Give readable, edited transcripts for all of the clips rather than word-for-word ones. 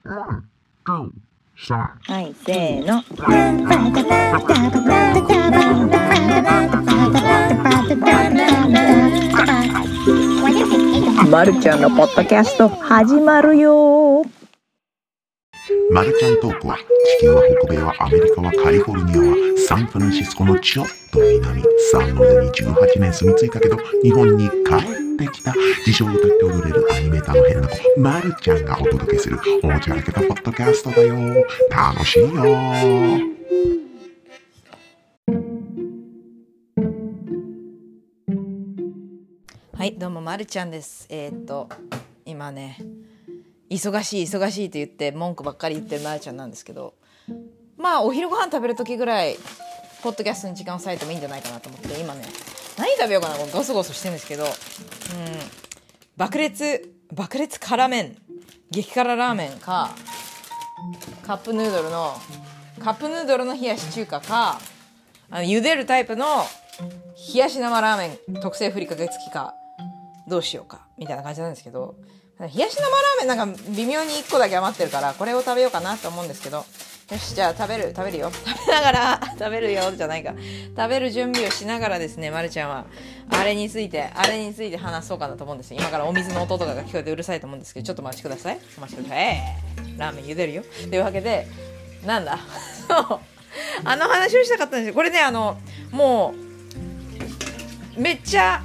はい、せーの。まるちゃんのポッドキャスト始まるよ。 まるちゃんトークは、地球は北米はアメリカはカリフォルニアはサンフランシスコのちょっと南、サンノゼに18年住み着いたけど日本に帰ってきた自称歌って踊れるアニメーターのヘルナコまるちゃんがお届けするおもちゃらけたポッドキャストだよ。楽しいよ。 はい、どうもまるちゃんです。今ね忙しいと言って文句ばっかり言ってるまるちゃんなんですけど、まあお昼ご飯食べる時ぐらいポッドキャストに時間を割いてもいいんじゃないかなと思って今ね何食べようかなゴソゴソしてるんですけど、爆裂辛麺激辛ラーメンかカップヌードルの冷やし中華か茹でるタイプの冷やし生ラーメン特製ふりかけ付きかどうしようかみたいな感じなんですけど、冷やし生ラーメンなんか微妙に1個だけ余ってるからこれを食べようかなと思うんですけど、よしじゃあ食べるよ食べながら食べるよじゃないか食べる準備をしながらですね、まるちゃんはあれについて話そうかなと思うんですよ。今からお水の音とかが聞こえてうるさいと思うんですけど、ちょっとお待ちください。ラーメン茹でるよというわけでなんだそう話をしたかったんですよ。これねもうめっちゃ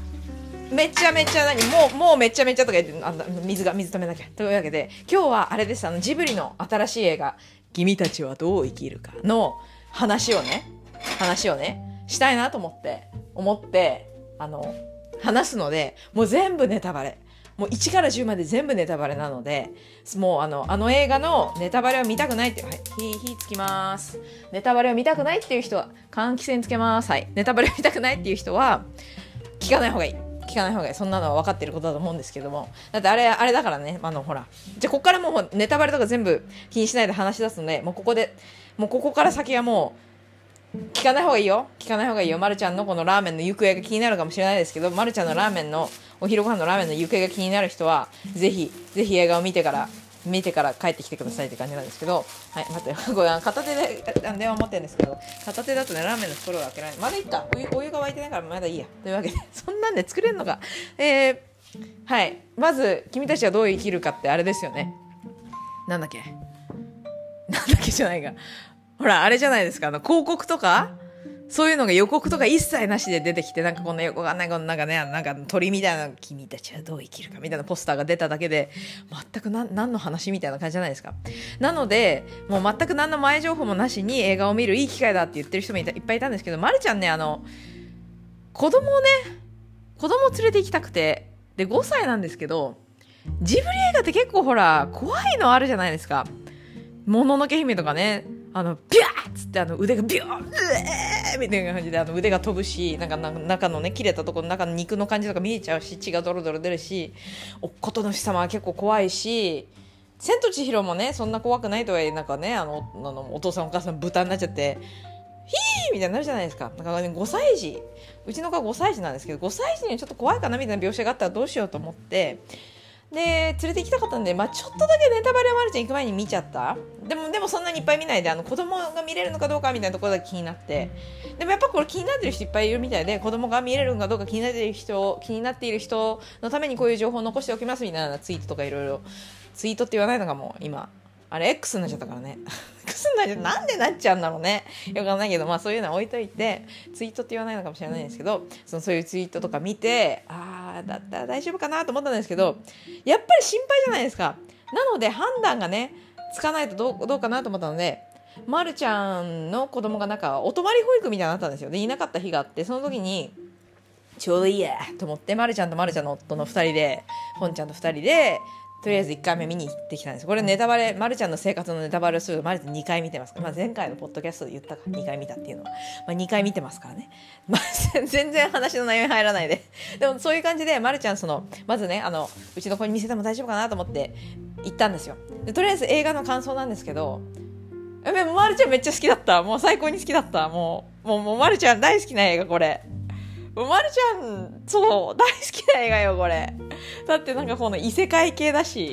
もうめっちゃとか言って水止めなきゃというわけで今日はあれです。ジブリの新しい映画君たちはどう生きるかの話をねしたいなと思って話すので、もう全部ネタバレ、もう1から10まで全部ネタバレなので、もう映画のネタバレを見たくないっていう、はい火つきます。ネタバレを見たくないっていう人は換気扇つけます。はい、ネタバレを見たくないっていう人は聞かない方がいい。そんなのは分かってることだと思うんですけども、だってあれだからね、ほらじゃあここからもうネタバレとか全部気にしないで話し出すので、もうここから先はもう聞かない方がいいよ。まるちゃんのこのラーメンの行方が気になるかもしれないですけど、まるちゃんのラーメンのお昼ご飯のラーメンの行方が気になる人はぜひ映画を見てから帰ってきてくださいって感じなんですけど、はい、待ってこれ片手で電話持ってるんですけど、片手だとねラーメンの袋が開けられない。まだいいか、お湯が沸いてないからまだいいやというわけでそんなんで作れるのか。はい、まず君たちはどう生きるかってあれですよね。なんだっけじゃないか、ほらあれじゃないですか、広告とかそういうのが予告とか一切なしで出てきて、なんかこんなよくわかんないこのなんかね、なんか鳥みたいな君たちはどう生きるかみたいなポスターが出ただけで全く何の話みたいな感じじゃないですか。なのでもう全く何の前情報もなしに映画を見るいい機会だって言ってる人もいっぱいいたんですけど、まるちゃんね子供連れて行きたくて、で5歳なんですけど、ジブリ映画って結構ほら怖いのあるじゃないですか。もののけ姫とかね、ビャーッつって腕がビューみたいな感じで腕が飛ぶし、なんか中のね切れたところの中の肉の感じとか見えちゃうし、血がドロドロ出るし、おっことのし様は結構怖いし、千と千尋もねそんな怖くないとはいえ、なんかねお父さんお母さん豚になっちゃってヒーみたいになるじゃないですか。だからね5歳児、うちの子は5歳児なんですけど、5歳児にちょっと怖いかなみたいな描写があったらどうしようと思ってで連れて行きたかったんで、ちょっとだけネタバレをまるちゃん行く前に見ちゃった。でもそんなにいっぱい見ないで子供が見れるのかどうかみたいなところだけ気になって、でもやっぱこれ気になってる人いっぱいいるみたいで、子供が見れるのかどうか気になっている人のためにこういう情報を残しておきますみたいなツイートとかいろいろ、ツイートって言わないのがもう今あれ X になっちゃったからねX になっちゃった、なんでなっちゃうんだろうね、よくわかんないけど、そういうのは置いといて、ツイートって言わないのかもしれないんですけど、そういうツイートとか見てだったら大丈夫かなと思ったんですけど、やっぱり心配じゃないですか。なので判断がねつかないとどうかなと思ったので、まるちゃんの子供がなんかお泊まり保育みたいになったんですよ。でいなかった日があって、その時にちょうどいいやと思って、まるちゃんとまるちゃんの夫の2人で本ちゃんと2人でとりあえず1回目見に行ってきたんです。これネタバレ、まるちゃんの生活のネタバレをするとまるちゃん2回見てますから、前回のポッドキャストで言ったか2回見たっていうのは、2回見てますからね、全然話の内容に入らないででもそういう感じでまるちゃんまずねうちの子に見せても大丈夫かなと思って行ったんですよ。でとりあえず映画の感想なんですけど、まるちゃんめっちゃ好きだった。もう最高に好きだった。もうまるちゃん大好きな映画これ。まるちゃんそう大好きな映画よこれ。だってなんかこの異世界系だし、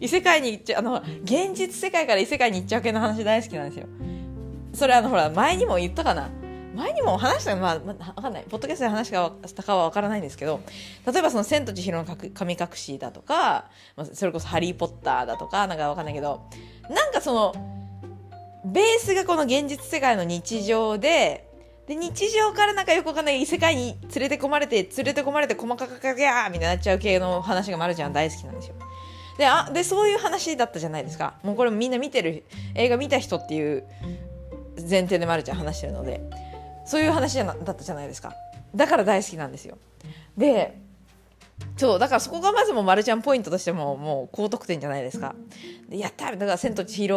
異世界に行っちゃう、現実世界から異世界に行っちゃう系の話大好きなんですよ。それほら、前にも言ったかな、前にも話したの、わかんない、ポッドキャストで話したかはわからないんですけど、例えばその千と千尋の神隠しだとか、それこそハリーポッターだとか、なんかわかんないけど、なんかそのベースがこの現実世界の日常で日常からなんかよくわかんない異世界に連れてこまれて細かかギャーみたいになっちゃう系の話がまるちゃん大好きなんですよ。でそういう話だったじゃないですか。もうこれみんな映画見た人っていう前提でまるちゃん話してるので、そういう話だったじゃないですか。だから大好きなんですよ。で、そうだからそこがまずもまるちゃんポイントとしてもう高得点じゃないですか。でやっただから千と千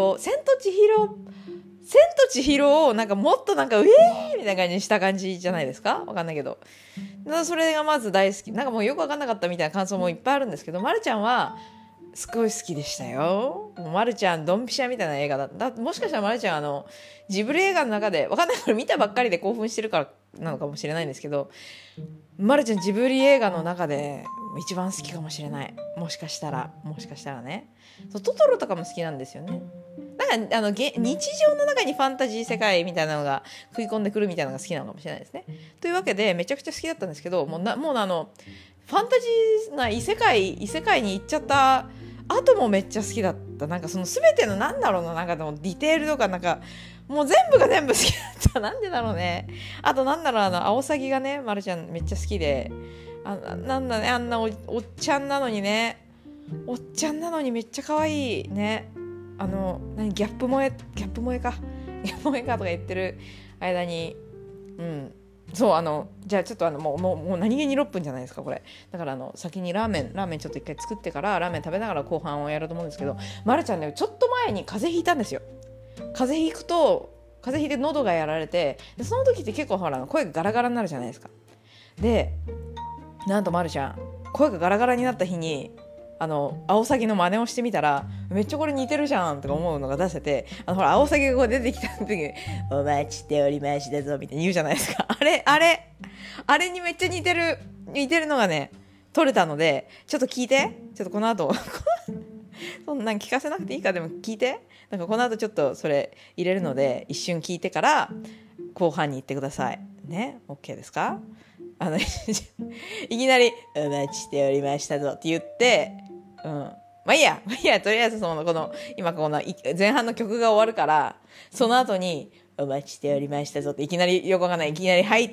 尋をなんかもっとなんかウェーみたいな感じにした感じじゃないですか。わかんないけど、だからそれがまず大好き。なんかもうよくわかんなかったみたいな感想もいっぱいあるんですけど、まるちゃんはすごい好きでしたよ。もうまるちゃんドンピシャみたいな映画だった。もしかしたらまるちゃんジブリ映画の中でわかんない、これ見たばっかりで興奮してるからなのかもしれないんですけど、まるちゃんジブリ映画の中で一番好きかもしれない。もしかしたらね。そうトトロとかも好きなんですよね。なんか日常の中にファンタジー世界みたいなのが食い込んでくるみたいなのが好きなのかもしれないですね。というわけでめちゃくちゃ好きだったんですけど、もうファンタジーな異世界に行っちゃった後もめっちゃ好きだった。なんかその全てのなんだろうな、なんかでもディテールとかなんかもう全部が全部好きだった。なんでだろうね。あとなんだろう、アオサギがね、まるちゃんめっちゃ好きで、なんだね、あんな おっちゃんなのにね、おっちゃんなのにめっちゃ可愛いね。ギャップ萌えかとか言ってる間に、そうじゃあちょっともう何気に6分じゃないですかこれ。だから先にラーメンちょっと一回作ってからラーメン食べながら後半をやろうと思うんですけど、まるちゃんねちょっと前に風邪ひいたんですよ。風邪ひいて喉がやられて、でその時って結構ほら声がガラガラになるじゃないですか。でなんとまるちゃん声がガラガラになった日にアオサギの真似をしてみたらめっちゃこれ似てるじゃんとか思うのが出せて、ほらアオサギがこう出てきた時にお待ちしておりましたぞみたいに言うじゃないですか。あれにめっちゃ似てるのがね撮れたので、ちょっと聞いて、ちょっとこの後そんなん聞かせなくていいか、でも聞いて、なんかこの後ちょっとそれ入れるので一瞬聞いてから後半に行ってくださいね。 OK ですか。いきなりお待ちしておりましたぞって言って、まあいいやとりあえず今この前半の曲が終わるから、その後にお待ちしておりましたぞっていきなりよくわかんないいきなり入って、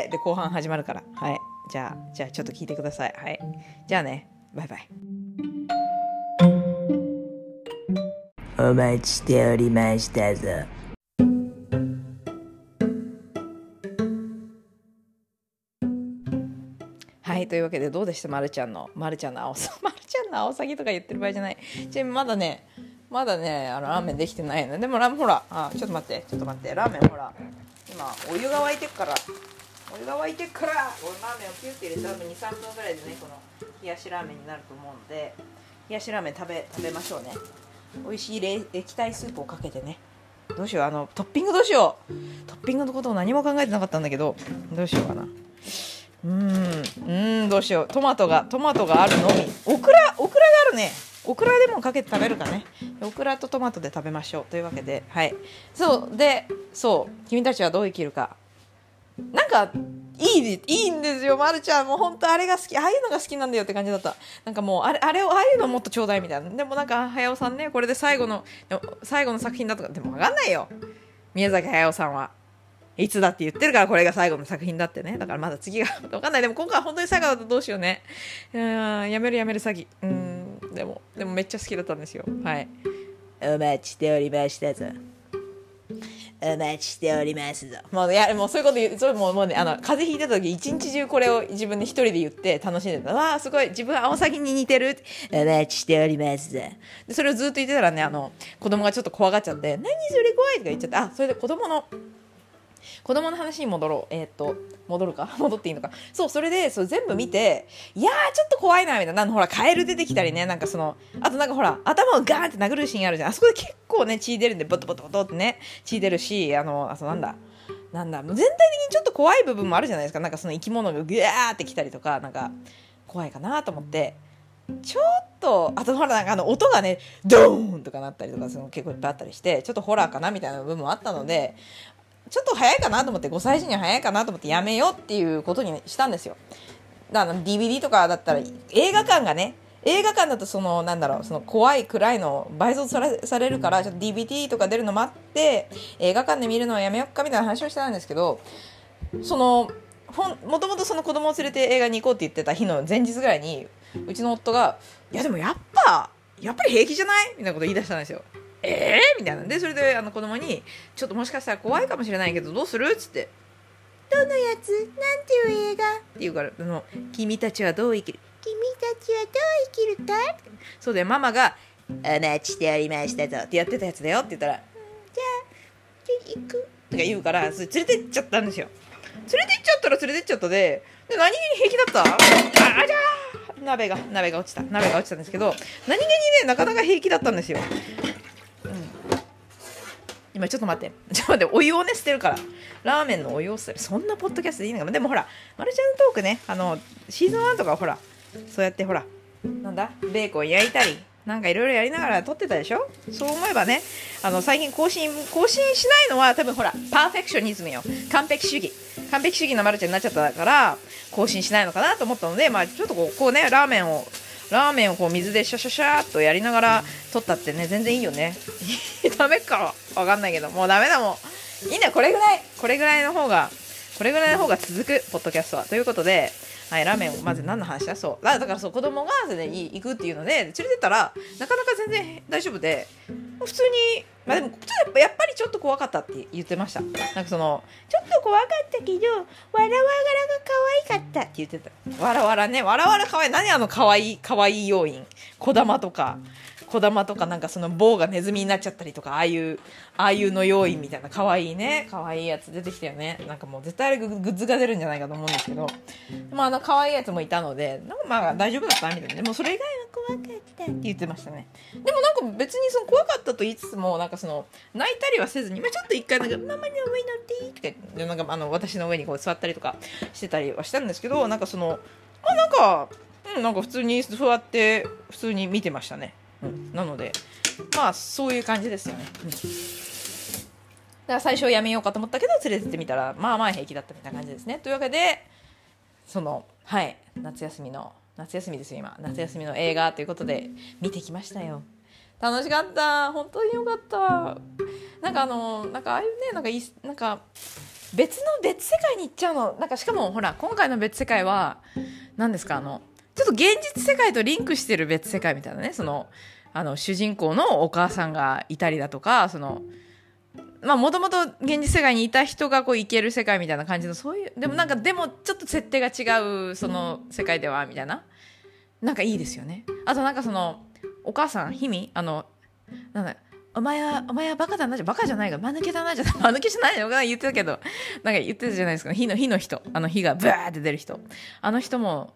で後半始まるから、はい、じゃあちょっと聞いてください。はい、じゃあね、バイバイ。お待ちしておりましたぞ。はい、というわけでどうでした、まるちゃんのアオサギとか言ってる場合じゃない。まだねラーメンできてないのでもほらちょっと待ってラーメンほら今お湯が沸いてっからラーメンをピュって入れて多分 2,3 分ぐらいでねこの冷やしラーメンになると思うので、冷やしラーメン食べましょうね。美味しい液体スープをかけてね。どうしよう、トッピングどうしよう。トッピングのことを何も考えてなかったんだけど、どうしようかな。どうしよう。トマトがあるのみ。オクラがあるね。オクラでもかけて食べるかね。オクラとトマトで食べましょうというわけで、はい。君たちはどう生きるか。なんかいいんですよ、まるちゃん。もう本当あれが好き、ああいうのが好きなんだよって感じだった。なんかもうああいうのもっとちょうだいみたいな。でもなんか早尾さんね、これで最後の作品だとかでも分かんないよ。宮崎駿さんはいつだって言ってるから、これが最後の作品だってね。だからまだ次が分かんない。でも今回は本当に最後だとどうしようね。やめる詐欺。でもめっちゃ好きだったんですよ。はい。お待ちしておりましたぞ。お待ちしておりますぞ。もうそういうこと言う。それもうね、風邪ひいてた時一日中これを自分で一人で言って楽しんでた。わあすごい、自分アオサギに似てる。お待ちしておりますぞ。でそれをずっと言ってたらね、子供がちょっと怖がっちゃって、何それ怖いとか言っちゃって、それで子供の話に戻ろう。戻っていいのか。それで全部見て、いやーちょっと怖いなみたいな。ほらカエル出てきたりね、なんかあとなんかほら頭をガーンって殴るシーンあるじゃん。あそこで結構ね血出るんで、ボトボトってね血出るし、なんだもう全体的にちょっと怖い部分もあるじゃないですか。なんか生き物がグワーってきたりとか、なんか怖いかなと思って。 ちょっとあとほらなんか音がねドーンとかなったりとか結構いっぱいあったりしてちょっとホラーかなみたいな部分もあったのでちょっと早いかなと思って5歳児には早いかなと思ってやめようっていうことにしたんですよ。だから DVD とかだったら映画館だとその怖い暗いの倍増されるからちょっと DVD とか出るの待って映画館で見るのはやめよっかみたいな話をしてたんですけどもともとその子供を連れて映画に行こうって言ってた日の前日ぐらいにうちの夫がいやでもやっぱり平気じゃないみたいなこと言い出したんですよ。みたいなでそれで子供にちょっともしかしたら怖いかもしれないけどどうするっつってどのやつなんていう映画って言うから君たちはどう生きるかそうだよママがお待ちしておりましたぞってやってたやつだよって言ったらじゃあ行くとか言うからそれ連れてっちゃったんですよ。連れてっちゃったで何気に平気だったじゃあ鍋が落ちたんですけど何気にねなかなか平気だったんですよ。今ちょっと待ってお湯をね捨てるからラーメンのお湯を捨てるそんなポッドキャストでいいのかでもほらマルちゃんのトークねシーズン1とかほらそうやってほらベーコン焼いたりなんかいろいろやりながら撮ってたでしょ。そう思えばね最近更新しないのは多分ほらパーフェクショニズムよ完璧主義なマルちゃんになっちゃったから更新しないのかなと思ったのでちょっとこうねラーメンをこう水でシャシャシャっとやりながら撮ったってね全然いいよねダメかわかんないけどもうダメだもんいいんだよこれぐらいの方が続くポッドキャストはということではい、ラーメンをまず何の話だだから子供がそれで行くっていうので連れてったらなかなか全然大丈夫で普通にでもやっぱりちょっと怖かったって言ってました。ちょっと怖かったけどわらわらが可愛かったって言ってた。わらわら可愛い何可愛い要因小玉とかなんかその棒がネズミになっちゃったりとかああいうの要因みたいな可愛いやつ出てきたよね。なんかもう絶対あれグッズが出るんじゃないかと思うんですけどでも可愛いやつもいたので大丈夫だったみたいなでもそれ以外は怖かったって言ってましたね。でもなんか別に怖かったと言いつつも泣いたりはせずにちょっと一回ママの上に乗ってとか私の上にこう座ったりとかしてたりはしたんですけどなんか普通に座って普通に見てましたね。なのでそういう感じですよね。だから最初やめようかと思ったけど連れてってみたら平気だったみたいな感じですね。というわけではい夏休みですよ今夏休みの映画ということで見てきましたよ。楽しかった本当によかった。なんかああいうねなんか別世界に行っちゃうのしかもほら今回の別世界は何ですかちょっと現実世界とリンクしてる別世界みたいなね主人公のお母さんがいたりだとかもともと現実世界にいた人が行ける世界みたいな感じのそういうでもちょっと設定が違うその世界ではみたいないいですよね。あとお母さんひみお前はバカだなバカじゃないが間抜けだな間抜けじゃないのかな言ってたけど言ってたじゃないですか火の人火がブワーって出る人あの人の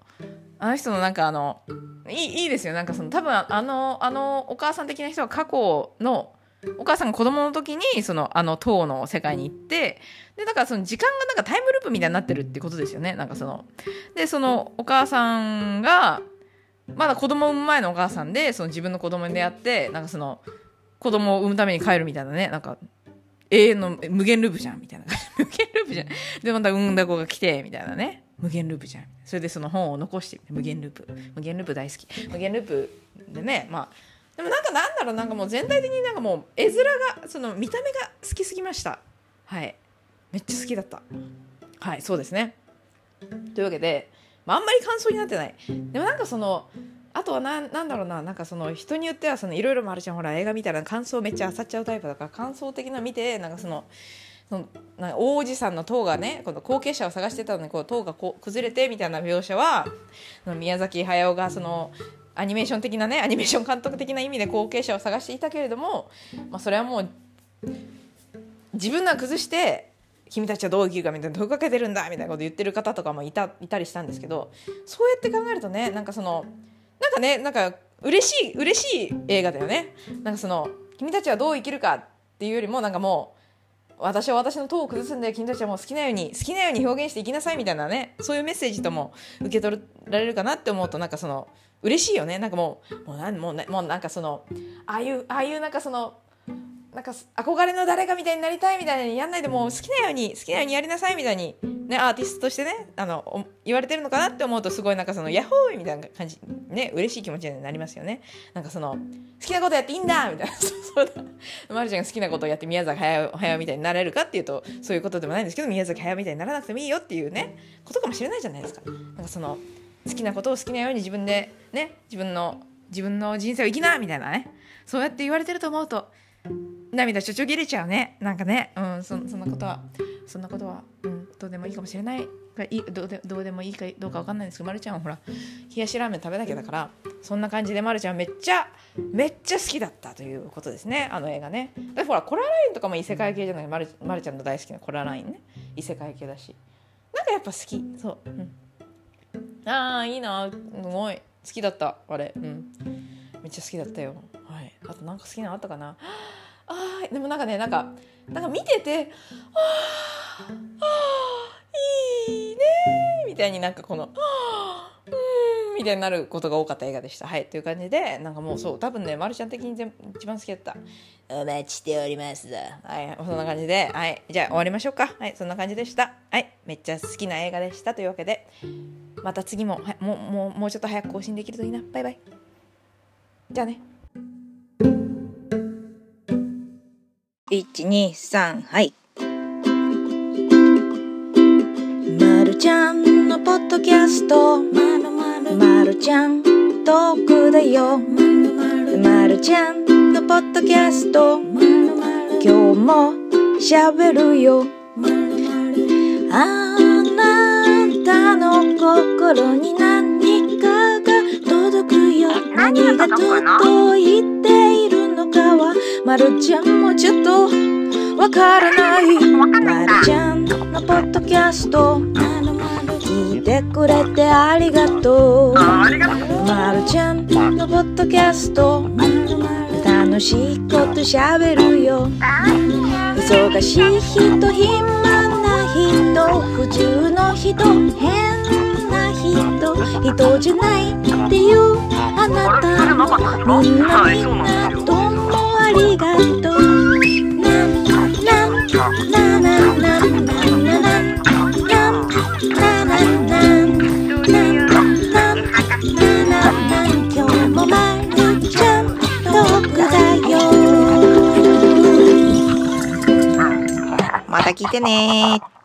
いいですよ。多分お母さん的な人は過去のお母さんが子供の時に塔の世界に行ってでだから時間がタイムループみたいになってるってことですよね。でお母さんがまだ子供を産む前のお母さんで自分の子供に出会って子供を産むために帰るみたいなね永遠の無限ループじゃんみたいな無限ループじゃんでまた産んだ子が来てみたいなね無限ループじゃん。それで本を残して無限ループ大好き無限ループでねでももう全体的にもう絵面が見た目が好きすぎました。はいめっちゃ好きだったはいそうですね。というわけであんまり感想になってない。でもあとは人によってはいろいろマルちゃんほら映画見たら感想めっちゃ漁っちゃうタイプだから感想的な見て大おじさんの塔がねこの後継者を探してたのに塔が崩れてみたいな描写は宮崎駿がアニメーション的なねアニメーション監督的な意味で後継者を探していたけれども、それはもう自分が崩して君たちはどう生きるかみたいな問いかけてるんだみたいなこと言ってる方とかもいたりしたんですけどそうやって考えるとね嬉しい映画だよね。君たちはどう生きるかっていうよりももう私は私の塔を崩すんで君たちはもう好きなように表現していきなさいみたいなねそういうメッセージとも受け取られるかなって思うと嬉しいよね。なんかもうなんかそのああいうなんかそのなんか憧れの誰かみたいになりたいみたいにやんないで、もう好きなようにやりなさいみたいにね、アーティストとしてね言われてるのかなって思うと、すごいなんかそのヤッホーみたいな感じね、嬉しい気持ちになりますよね。なんかその好きなことやっていいんだみたいなそうだ、まるちゃんが好きなことをやって宮崎駿みたいになれるかっていうとそういうことでもないんですけど、宮崎駿みたいにならなくてもいいよっていうねことかもしれないじゃないですか。なんかその好きなことを好きなように自分でね自分の人生を生きなみたいなね、そうやって言われてると思うと涙ちょ切れちゃうね。なんかね、そんなことは、どうでもいいかもしれない。どうでもいいかどうか分かんないんですけど、まるちゃんはほら冷やしラーメン食べなきゃだから、そんな感じでまるちゃんめっちゃ好きだったということですね、あの映画ね。だほらコララインとかも異世界系じゃない、まるちゃんの大好きなコララインね、異世界系だし、なんかやっぱ好き。そう、ああいいな、すごい好きだったあれ、めっちゃ好きだったよ。はい、あとなんか好きなのあったかな。でもなんかね、なんか見てていいねみたいになんかこのみたいになることが多かった映画でした。はい、という感じで、なんかもうそう多分ね、まるちゃん的に一番好きだった。お待ちしております。はい、そんな感じで、はい、じゃあ終わりましょうか。はい、そんな感じでした。はい、めっちゃ好きな映画でしたというわけで、また次も、はい、もうちょっと早く更新できるといいな。バイバイ。じゃあね。123はいまるちゃんのポッドキャストまるちゃんトークだよまるちゃんのポッドキャスト今日もしゃべるよあなたの心に何かが届くよ何が届いているのかはまるちゃんもちょっとわからないまるちゃんのポッドキャスト聞いてくれてありがとうまるちゃんのポッドキャスト楽しいことしゃべるよ忙しい人暇な人普通の人変な人じゃないっていうあなたもみんなどうもありがとう今日もまるちゃんトークだよまた聞いてね。